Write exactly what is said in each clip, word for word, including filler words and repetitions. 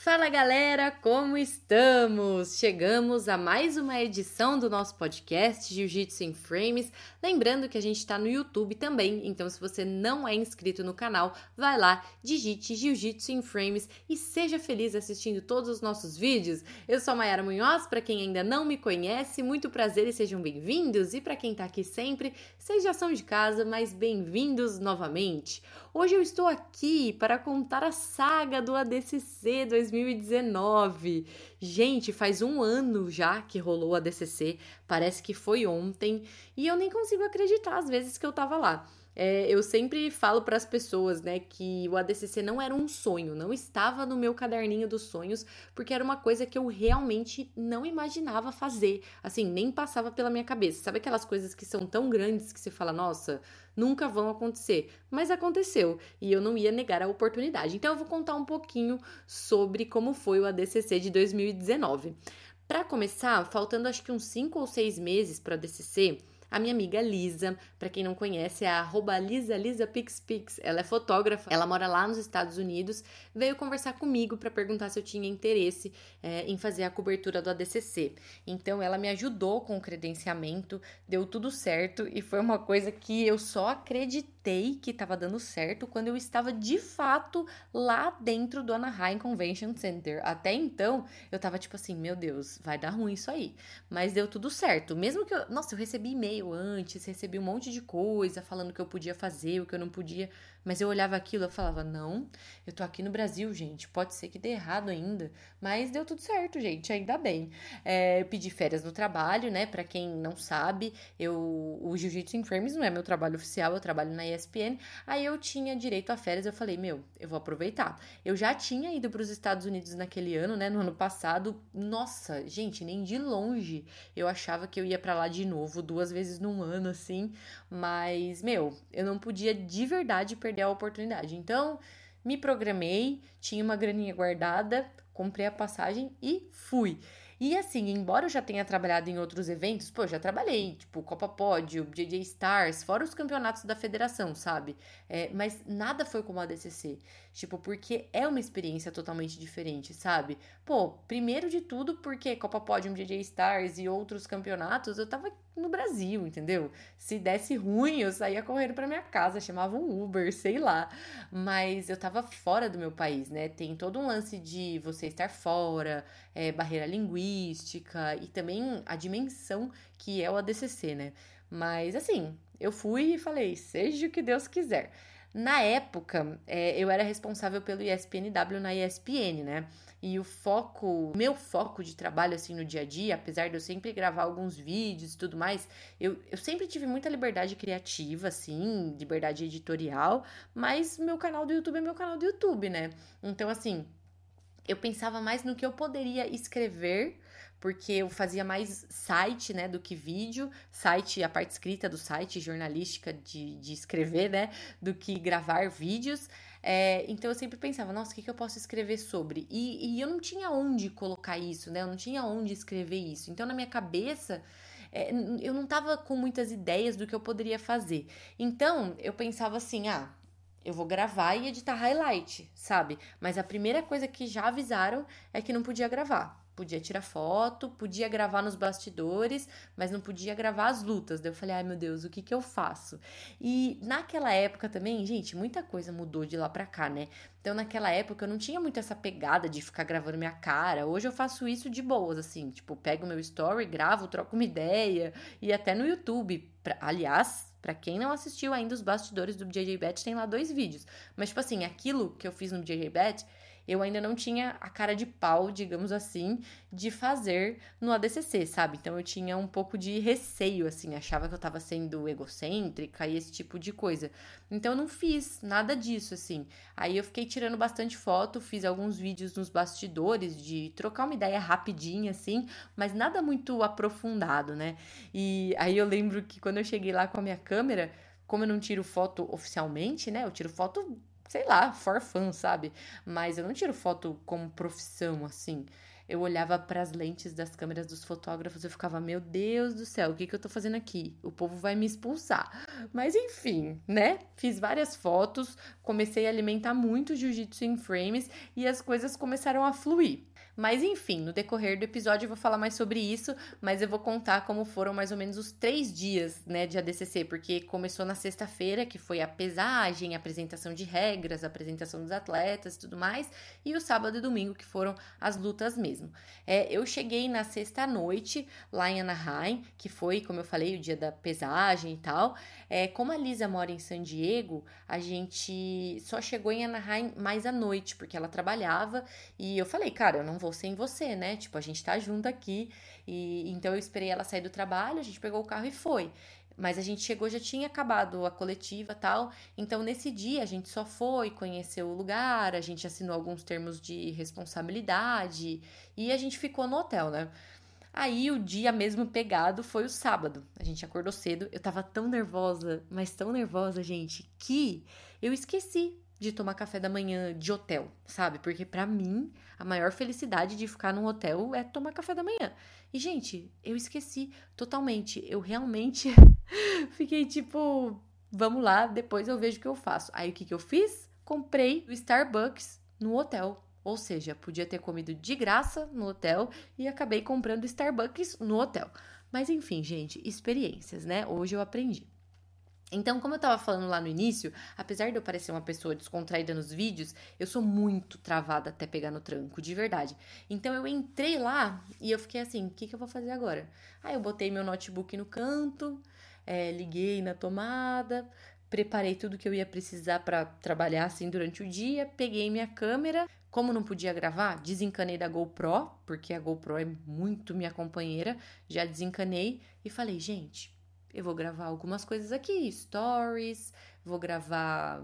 Fala galera, como estamos? Chegamos a mais uma edição do nosso podcast Jiu-Jitsu em Frames. Lembrando que a gente está no YouTube também, então se você não é inscrito no canal, vai lá, digite Jiu-Jitsu em Frames e seja feliz assistindo todos os nossos vídeos. Eu sou a Mayara Munhoz, para quem ainda não me conhece, muito prazer e sejam bem-vindos. E para quem está aqui sempre, vocês já são de casa, mas bem-vindos novamente. Hoje eu estou aqui para contar a saga do A D C C dois mil e dezenove. Gente, faz um ano já que rolou o A D C C, parece que foi ontem, e eu nem consigo acreditar às vezes que eu tava lá. É, eu sempre falo para as pessoas, né, que o A D C C não era um sonho, não estava no meu caderninho dos sonhos, porque era uma coisa que eu realmente não imaginava fazer, assim, nem passava pela minha cabeça. Sabe aquelas coisas que são tão grandes que você fala, nossa, nunca vão acontecer, mas aconteceu e eu não ia negar a oportunidade. Então eu vou contar um pouquinho sobre como foi o A D C C de dois mil e dezenove. Para começar, faltando acho que uns cinco ou seis meses para o A D C C, a minha amiga Lisa, para quem não conhece, é a arroba Lisa, Lisa Pix Pix. Ela é fotógrafa, ela mora lá nos Estados Unidos, veio conversar comigo para perguntar se eu tinha interesse é, em fazer a cobertura do A D C C. Então ela me ajudou com o credenciamento, deu tudo certo e foi uma coisa que eu só acreditei que estava dando certo quando eu estava de fato lá dentro do Anaheim Convention Center. Até então eu tava tipo assim, meu Deus, vai dar ruim isso aí. Mas deu tudo certo, mesmo que eu, nossa, eu recebi e-mail antes, recebi um monte de coisa falando o que eu podia fazer, o que eu não podia, mas eu olhava aquilo e falava, não, eu tô aqui no Brasil, gente, pode ser que dê errado ainda, mas deu tudo certo, gente, ainda bem. É, eu pedi férias no trabalho, né, pra quem não sabe, eu, o Jiu-Jitsu in Frames não é meu trabalho oficial, eu trabalho na E S P N, aí eu tinha direito a férias, eu falei, meu, eu vou aproveitar. Eu já tinha ido pros Estados Unidos naquele ano, né, no ano passado, nossa, gente, nem de longe eu achava que eu ia pra lá de novo, duas vezes num ano, assim, mas, meu, eu não podia de verdade perder a oportunidade. Então, me programei, tinha uma graninha guardada, comprei a passagem e fui. E assim, embora eu já tenha trabalhado em outros eventos, pô, eu já trabalhei, tipo, Copa Pódio, J J Stars, fora os campeonatos da federação, sabe? É, mas nada foi como a D C C, tipo, porque é uma experiência totalmente diferente, sabe? Pô, primeiro de tudo porque Copa Pódio, J J Stars e outros campeonatos, eu tava no Brasil, entendeu? Se desse ruim, eu saía correndo pra minha casa, chamava um Uber, sei lá. Mas eu tava fora do meu país, né? Tem todo um lance de você estar fora, é, barreira linguística e também a dimensão que é o A D C C, né? Mas assim, eu fui e falei, seja o que Deus quiser. Na época, é, eu era responsável pelo E S P N W na E S P N, né? E o foco, meu foco de trabalho, assim, no dia a dia, apesar de eu sempre gravar alguns vídeos e tudo mais, eu, eu sempre tive muita liberdade criativa, assim, liberdade editorial, mas meu canal do YouTube é meu canal do YouTube, né? Então, assim, eu pensava mais no que eu poderia escrever, porque eu fazia mais site, né, do que vídeo, site, a parte escrita do site, jornalística de, de escrever, né, do que gravar vídeos. É, então eu sempre pensava, nossa, o que, que eu posso escrever sobre? E, e eu não tinha onde colocar isso, né, eu não tinha onde escrever isso. Então na minha cabeça, é, eu não tava com muitas ideias do que eu poderia fazer. Então eu pensava assim, ah, eu vou gravar e editar highlight, sabe? Mas a primeira coisa que já avisaram é que não podia gravar. Podia tirar foto, podia gravar nos bastidores, mas não podia gravar as lutas. Daí eu falei, ai meu Deus, o que que eu faço? E naquela época também, gente, muita coisa mudou de lá pra cá, né? Então naquela época eu não tinha muito essa pegada de ficar gravando minha cara. Hoje eu faço isso de boas, assim, tipo, pego meu story, gravo, troco uma ideia e até no YouTube. Pra, aliás, pra quem não assistiu ainda os bastidores do J J Bet, tem lá dois vídeos. Mas, tipo assim, aquilo que eu fiz no J J Bet, eu ainda não tinha a cara de pau, digamos assim, de fazer no A D C C, sabe? Então eu tinha um pouco de receio, assim, achava que eu tava sendo egocêntrica e esse tipo de coisa. Então eu não fiz nada disso, assim. Aí eu fiquei tirando bastante foto, fiz alguns vídeos nos bastidores de trocar uma ideia rapidinha, assim, mas nada muito aprofundado, né? E aí eu lembro que quando eu cheguei lá com a minha câmera, como eu não tiro foto oficialmente, né? Eu tiro foto, sei lá, for fun, sabe? Mas eu não tiro foto como profissão, assim. eu olhava para as lentes das câmeras dos fotógrafos e eu ficava, meu Deus do céu, o que que eu tô fazendo aqui? O povo vai me expulsar. Mas enfim, né? Fiz várias fotos, comecei a alimentar muito o jiu-jitsu em frames e as coisas começaram a fluir. Mas enfim, no decorrer do episódio eu vou falar mais sobre isso, mas eu vou contar como foram mais ou menos os três dias, né, de A D C C, porque começou na sexta-feira, que foi a pesagem, a apresentação de regras, a apresentação dos atletas e tudo mais, e o sábado e domingo, que foram as lutas mesmo. É, eu cheguei na sexta-noite, lá em Anaheim, que foi, como eu falei, o dia da pesagem e tal. É, como a Lisa mora em San Diego, a gente só chegou em Anaheim mais à noite, porque ela trabalhava, e eu falei, cara, eu não vou sem você, né? Tipo, a gente tá junto aqui. E então eu esperei ela sair do trabalho, a gente pegou o carro e foi. Mas a gente chegou, já tinha acabado a coletiva e tal. Então, nesse dia, a gente só foi conhecer o lugar, a gente assinou alguns termos de responsabilidade e a gente ficou no hotel, né? Aí, o dia mesmo pegado foi o sábado. A gente acordou cedo. Eu tava tão nervosa, mas tão nervosa, gente, que eu esqueci de tomar café da manhã de hotel, sabe? Porque pra mim, a maior felicidade de ficar num hotel é tomar café da manhã. E, gente, eu esqueci totalmente. Eu realmente fiquei tipo, vamos lá, depois eu vejo o que eu faço. Aí, o que que eu fiz? Comprei o Starbucks no hotel. Ou seja, podia ter comido de graça no hotel e acabei comprando Starbucks no hotel. Mas, enfim, gente, experiências, né? Hoje eu aprendi. Então, como eu tava falando lá no início, apesar de eu parecer uma pessoa descontraída nos vídeos, eu sou muito travada até pegar no tranco, de verdade. Então, eu entrei lá e eu fiquei assim, o que, que eu vou fazer agora? Aí, eu botei meu notebook no canto, é, liguei na tomada, preparei tudo que eu ia precisar para trabalhar assim durante o dia, peguei minha câmera. Como não podia gravar, desencanei da GoPro, porque a GoPro é muito minha companheira, já desencanei e falei, gente, eu vou gravar algumas coisas aqui, stories, vou gravar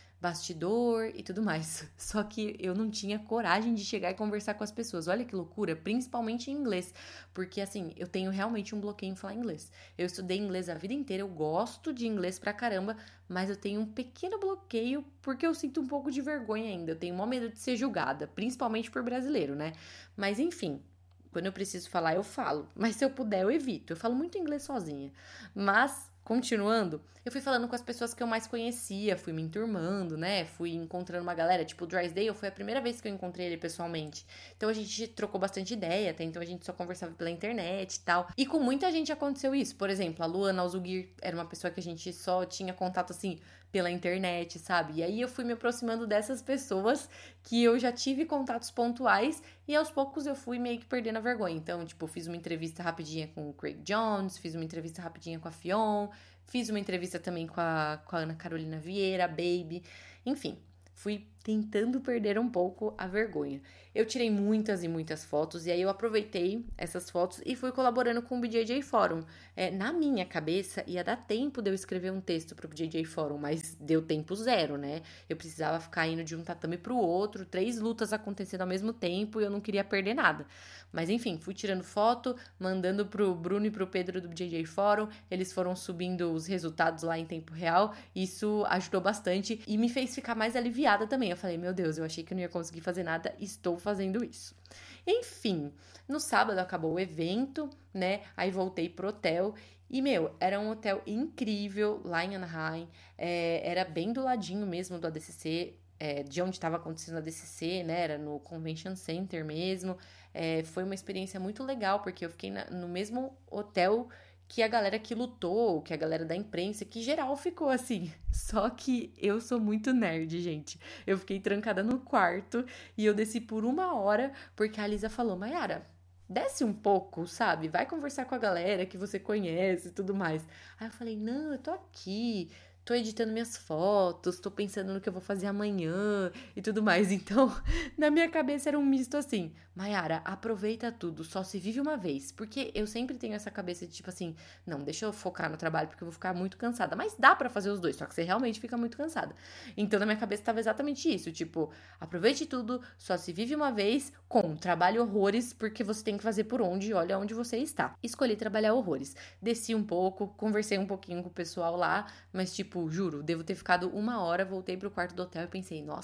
bastidor e tudo mais. Só que eu não tinha coragem de chegar e conversar com as pessoas. Olha que loucura, principalmente em inglês, porque assim, eu tenho realmente um bloqueio em falar inglês. Eu estudei inglês a vida inteira, eu gosto de inglês pra caramba, mas eu tenho um pequeno bloqueio porque eu sinto um pouco de vergonha ainda. Eu tenho maior medo de ser julgada, principalmente por brasileiro, né? Mas enfim, quando eu preciso falar, eu falo. Mas se eu puder, eu evito. Eu falo muito inglês sozinha. Mas, continuando, eu fui falando com as pessoas que eu mais conhecia, fui me enturmando, né? Fui encontrando uma galera. Tipo, o Drysdale foi a primeira vez que eu encontrei ele pessoalmente. Então a gente trocou bastante ideia, até então a gente só conversava pela internet e tal. E com muita gente aconteceu isso. Por exemplo, a Luana Alzugir era uma pessoa que a gente só tinha contato assim pela internet, sabe? E aí eu fui me aproximando dessas pessoas que eu já tive contatos pontuais e aos poucos eu fui meio que perdendo a vergonha. Então, tipo, fiz uma entrevista rapidinha com o Craig Jones, fiz uma entrevista rapidinha com a Fionn, fiz uma entrevista também com a, com a Ana Carolina Vieira, a Baby, enfim. Fui tentando perder um pouco a vergonha. Eu tirei muitas e muitas fotos e aí eu aproveitei essas fotos e fui colaborando com o B J J Forum. É, na minha cabeça ia dar tempo de eu escrever um texto pro B J J Forum, mas deu tempo zero, né? Eu precisava ficar indo de um tatame pro outro, três lutas acontecendo ao mesmo tempo e eu não queria perder nada. Mas enfim, fui tirando foto, mandando pro Bruno e pro Pedro do B J J Forum, eles foram subindo os resultados lá em tempo real, isso ajudou bastante e me fez ficar mais aliviada também. Eu falei, meu Deus, eu achei que eu não ia conseguir fazer nada, estou fazendo isso. Enfim, no sábado acabou o evento, né? Aí voltei pro hotel e, meu, era um hotel incrível lá em Anaheim, é, era bem do ladinho mesmo do A D C C, é, de onde estava acontecendo a A D C C, né? Era no Convention Center mesmo. É, foi uma experiência muito legal, porque eu fiquei na, no mesmo hotel que a galera que lutou, que a galera da imprensa, que geral ficou assim. Só que eu sou muito nerd, gente. Eu fiquei trancada no quarto e eu desci por uma hora porque a Lisa falou, Mayara, desce um pouco, sabe? Vai conversar com a galera que você conhece e tudo mais. Aí eu falei, não, eu tô aqui, tô editando minhas fotos, tô pensando no que eu vou fazer amanhã e tudo mais. Então, na minha cabeça era um misto assim, Mayara, aproveita tudo, só se vive uma vez. Porque eu sempre tenho essa cabeça de tipo assim, não, deixa eu focar no trabalho porque eu vou ficar muito cansada. Mas dá pra fazer os dois, só que você realmente fica muito cansada. Então, na minha cabeça tava exatamente isso, tipo, aproveite tudo, só se vive uma vez, com trabalho horrores, porque você tem que fazer por onde, olha onde você está. Escolhi trabalhar horrores. Desci um pouco, conversei um pouquinho com o pessoal lá, mas tipo, juro, devo ter ficado uma hora, voltei pro quarto do hotel e pensei, nossa,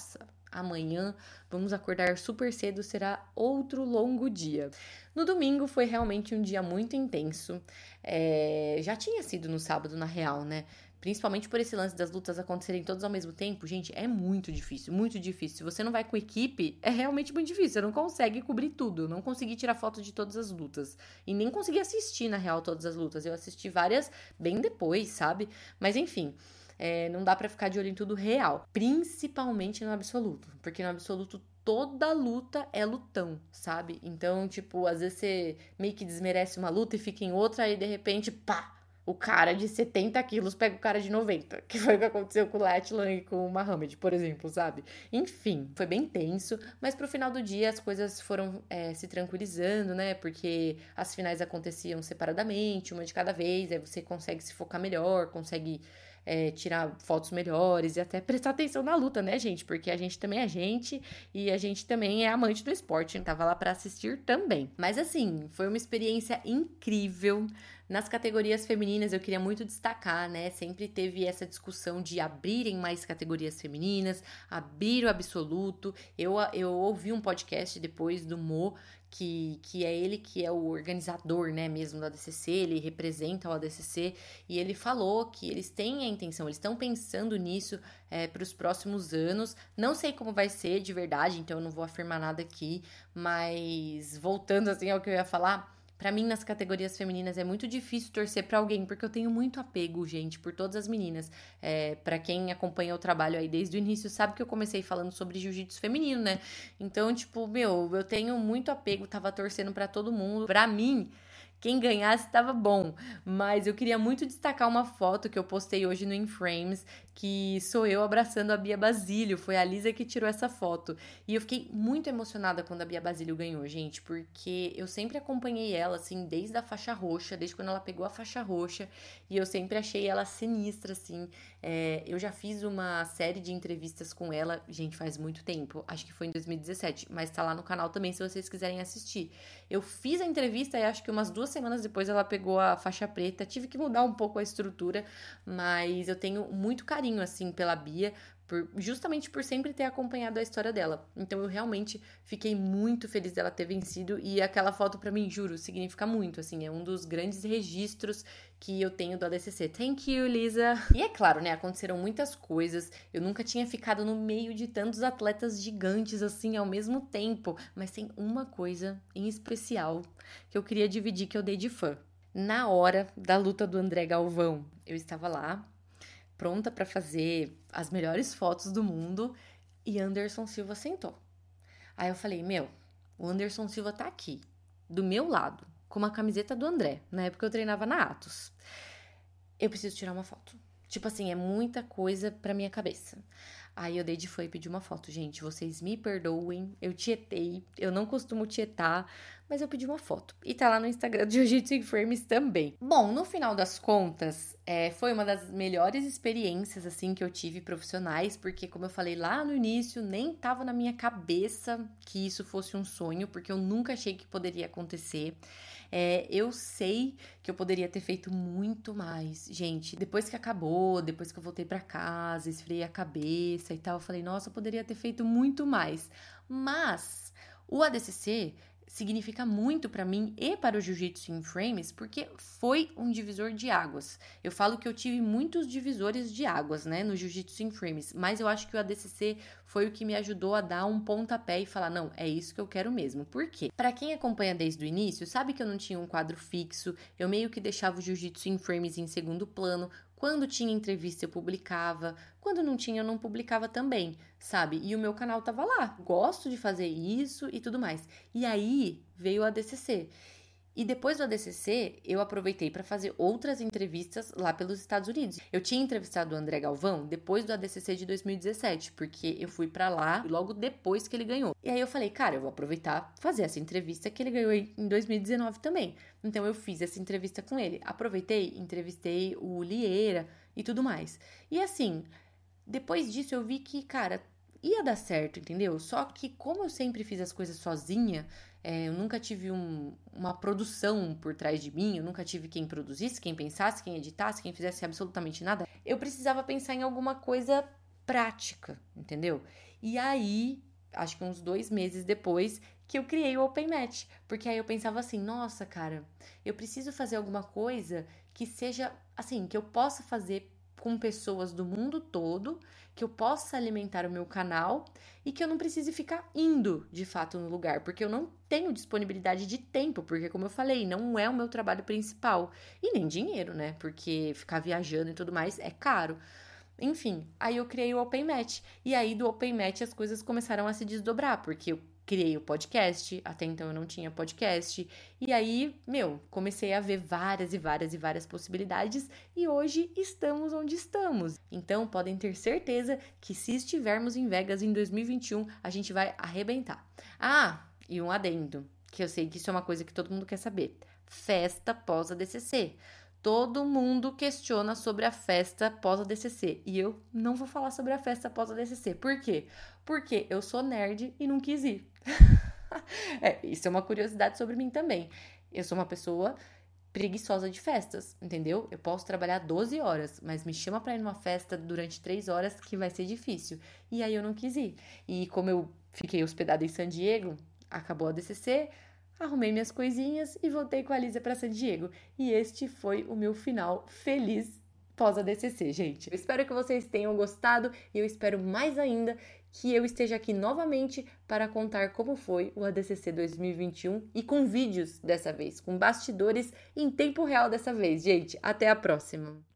amanhã vamos acordar super cedo, será outro longo dia. No domingo foi realmente um dia muito intenso, é, já tinha sido no sábado, na real, né? Principalmente por esse lance das lutas acontecerem todas ao mesmo tempo, gente, é muito difícil, muito difícil. Se você não vai com equipe, é realmente muito difícil, você não consegue cobrir tudo, não consegui tirar foto de todas as lutas. E nem consegui assistir, na real, todas as lutas. Eu assisti várias bem depois, sabe? Mas enfim... É, não dá pra ficar de olho em tudo real, principalmente no absoluto, porque no absoluto toda luta é lutão, sabe? Então, tipo, às vezes você meio que desmerece uma luta e fica em outra, aí de repente, pá, o cara de setenta quilos pega o cara de noventa, que foi o que aconteceu com o Latlan e com o Muhammad, por exemplo, sabe? Enfim, foi bem tenso, mas pro final do dia as coisas foram é, se tranquilizando, né? Porque as finais aconteciam separadamente, uma de cada vez, aí você consegue se focar melhor, consegue é, tirar fotos melhores e até prestar atenção na luta, né, gente? Porque a gente também é gente e a gente também é amante do esporte, tava lá pra assistir também. Mas assim, foi uma experiência incrível. Nas categorias femininas, eu queria muito destacar, né? Sempre teve essa discussão de abrirem mais categorias femininas, abrir o absoluto. Eu, eu ouvi um podcast depois do Mo, que, que é ele que é o organizador, né, mesmo do A D C C, ele representa o A D C C, e ele falou que eles têm a intenção, eles estão pensando nisso é, para os próximos anos. Não sei como vai ser de verdade, então eu não vou afirmar nada aqui, mas voltando assim ao que eu ia falar... Pra mim, nas categorias femininas, é muito difícil torcer pra alguém, porque eu tenho muito apego, gente, por todas as meninas. É, para quem acompanha o trabalho aí desde o início, sabe que eu comecei falando sobre jiu-jitsu feminino, né? Então, tipo, meu, eu tenho muito apego, tava torcendo pra todo mundo. Pra mim... Quem ganhasse estava bom, mas eu queria muito destacar uma foto que eu postei hoje no InFrames, que sou eu abraçando a Bia Basílio, foi a Lisa que tirou essa foto. E eu fiquei muito emocionada quando a Bia Basílio ganhou, gente, porque eu sempre acompanhei ela, assim, desde a faixa roxa, desde quando ela pegou a faixa roxa, e eu sempre achei ela sinistra, assim. É, eu já fiz uma série de entrevistas com ela, gente, faz muito tempo, acho que foi em dois mil e dezessete, mas tá lá no canal também se vocês quiserem assistir. Eu fiz a entrevista e acho que umas duas semanas depois ela pegou a faixa preta, tive que mudar um pouco a estrutura, mas eu tenho muito carinho, assim, pela Bia, por, justamente por sempre ter acompanhado a história dela. Então eu realmente fiquei muito feliz dela ter vencido, e aquela foto pra mim, juro, significa muito, assim, é um dos grandes registros que eu tenho do A D C C. Thank you, Lisa! E é claro, né, aconteceram muitas coisas, eu nunca tinha ficado no meio de tantos atletas gigantes, assim, ao mesmo tempo, mas tem uma coisa em especial que eu queria dividir, que eu dei de fã. Na hora da luta do André Galvão, eu estava lá, pronta para fazer as melhores fotos do mundo, e Anderson Silva sentou. Aí eu falei, meu, o Anderson Silva tá aqui, do meu lado, com uma camiseta do André. Na época eu treinava na Atos. Eu preciso tirar uma foto. Tipo assim, é muita coisa pra minha cabeça. Aí eu dei de fã e pedi uma foto. Gente, vocês me perdoem, eu tietei, eu não costumo tietar, mas eu pedi uma foto. E tá lá no Instagram do Jiu-Jitsu in Frames também. Bom, no final das contas, é, foi uma das melhores experiências, assim, que eu tive profissionais, porque, como eu falei lá no início, nem tava na minha cabeça que isso fosse um sonho, porque eu nunca achei que poderia acontecer. É, eu sei que eu poderia ter feito muito mais. Gente, depois que acabou, depois que eu voltei pra casa, esfriei a cabeça e tal, eu falei, nossa, eu poderia ter feito muito mais. Mas o A D C C significa muito pra mim e para o Jiu-Jitsu in Frames, porque foi um divisor de águas. Eu falo que eu tive muitos divisores de águas, né, no Jiu-Jitsu in Frames, mas eu acho que o A D C C foi o que me ajudou a dar um pontapé e falar, não, é isso que eu quero mesmo. Por quê? Pra quem acompanha desde o início, sabe que eu não tinha um quadro fixo, eu meio que deixava o Jiu-Jitsu in Frames em segundo plano. Quando tinha entrevista eu publicava, quando não tinha eu não publicava também, sabe? E o meu canal tava lá, gosto de fazer isso e tudo mais. E aí veio o A D C C. E depois do A D C C, eu aproveitei para fazer outras entrevistas lá pelos Estados Unidos. Eu tinha entrevistado o André Galvão depois do A D C C de dois mil e dezessete, porque eu fui para lá logo depois que ele ganhou. E aí eu falei, cara, eu vou aproveitar fazer essa entrevista que ele ganhou em dois mil e dezenove também. Então eu fiz essa entrevista com ele. Aproveitei, entrevistei o Lieira e tudo mais. E assim, depois disso eu vi que, cara, ia dar certo, entendeu? Só que como eu sempre fiz as coisas sozinha, é, eu nunca tive um, uma produção por trás de mim, eu nunca tive quem produzisse, quem pensasse, quem editasse, quem fizesse absolutamente nada. Eu precisava pensar em alguma coisa prática, entendeu? E aí, acho que uns dois meses depois, que eu criei o Open Match. Porque aí eu pensava assim, nossa, cara, eu preciso fazer alguma coisa que seja, assim, que eu possa fazer com pessoas do mundo todo, que eu possa alimentar o meu canal e que eu não precise ficar indo, de fato, no lugar. Porque eu não tenho disponibilidade de tempo, porque, como eu falei, não é o meu trabalho principal. E nem dinheiro, né? Porque ficar viajando e tudo mais é caro. Enfim, aí eu criei o Open Match. E aí do Open Match as coisas começaram a se desdobrar, porque eu criei o podcast, até então eu não tinha podcast. E aí, meu, comecei a ver várias e várias e várias possibilidades e hoje estamos onde estamos. Então, podem ter certeza que se estivermos em Vegas em dois mil e vinte e um, a gente vai arrebentar. Ah, e um adendo, que eu sei que isso é uma coisa que todo mundo quer saber. Festa pós a D C C. Todo mundo questiona sobre a festa pós a D C C. E eu não vou falar sobre a festa pós a D C C. Por quê? Porque eu sou nerd e não quis ir. É, isso é uma curiosidade sobre mim também. Eu sou uma pessoa preguiçosa de festas, entendeu? Eu posso trabalhar doze horas, mas me chama pra ir numa festa durante três horas que vai ser difícil. E aí eu não quis ir. E como eu fiquei hospedada em San Diego, acabou a D C C, arrumei minhas coisinhas e voltei com a Lísia para San Diego. E este foi o meu final feliz pós a D C C, gente. Eu espero que vocês tenham gostado e eu espero mais ainda que eu esteja aqui novamente para contar como foi o A D C C dois mil e vinte e um e com vídeos dessa vez, com bastidores em tempo real dessa vez. Gente, até a próxima!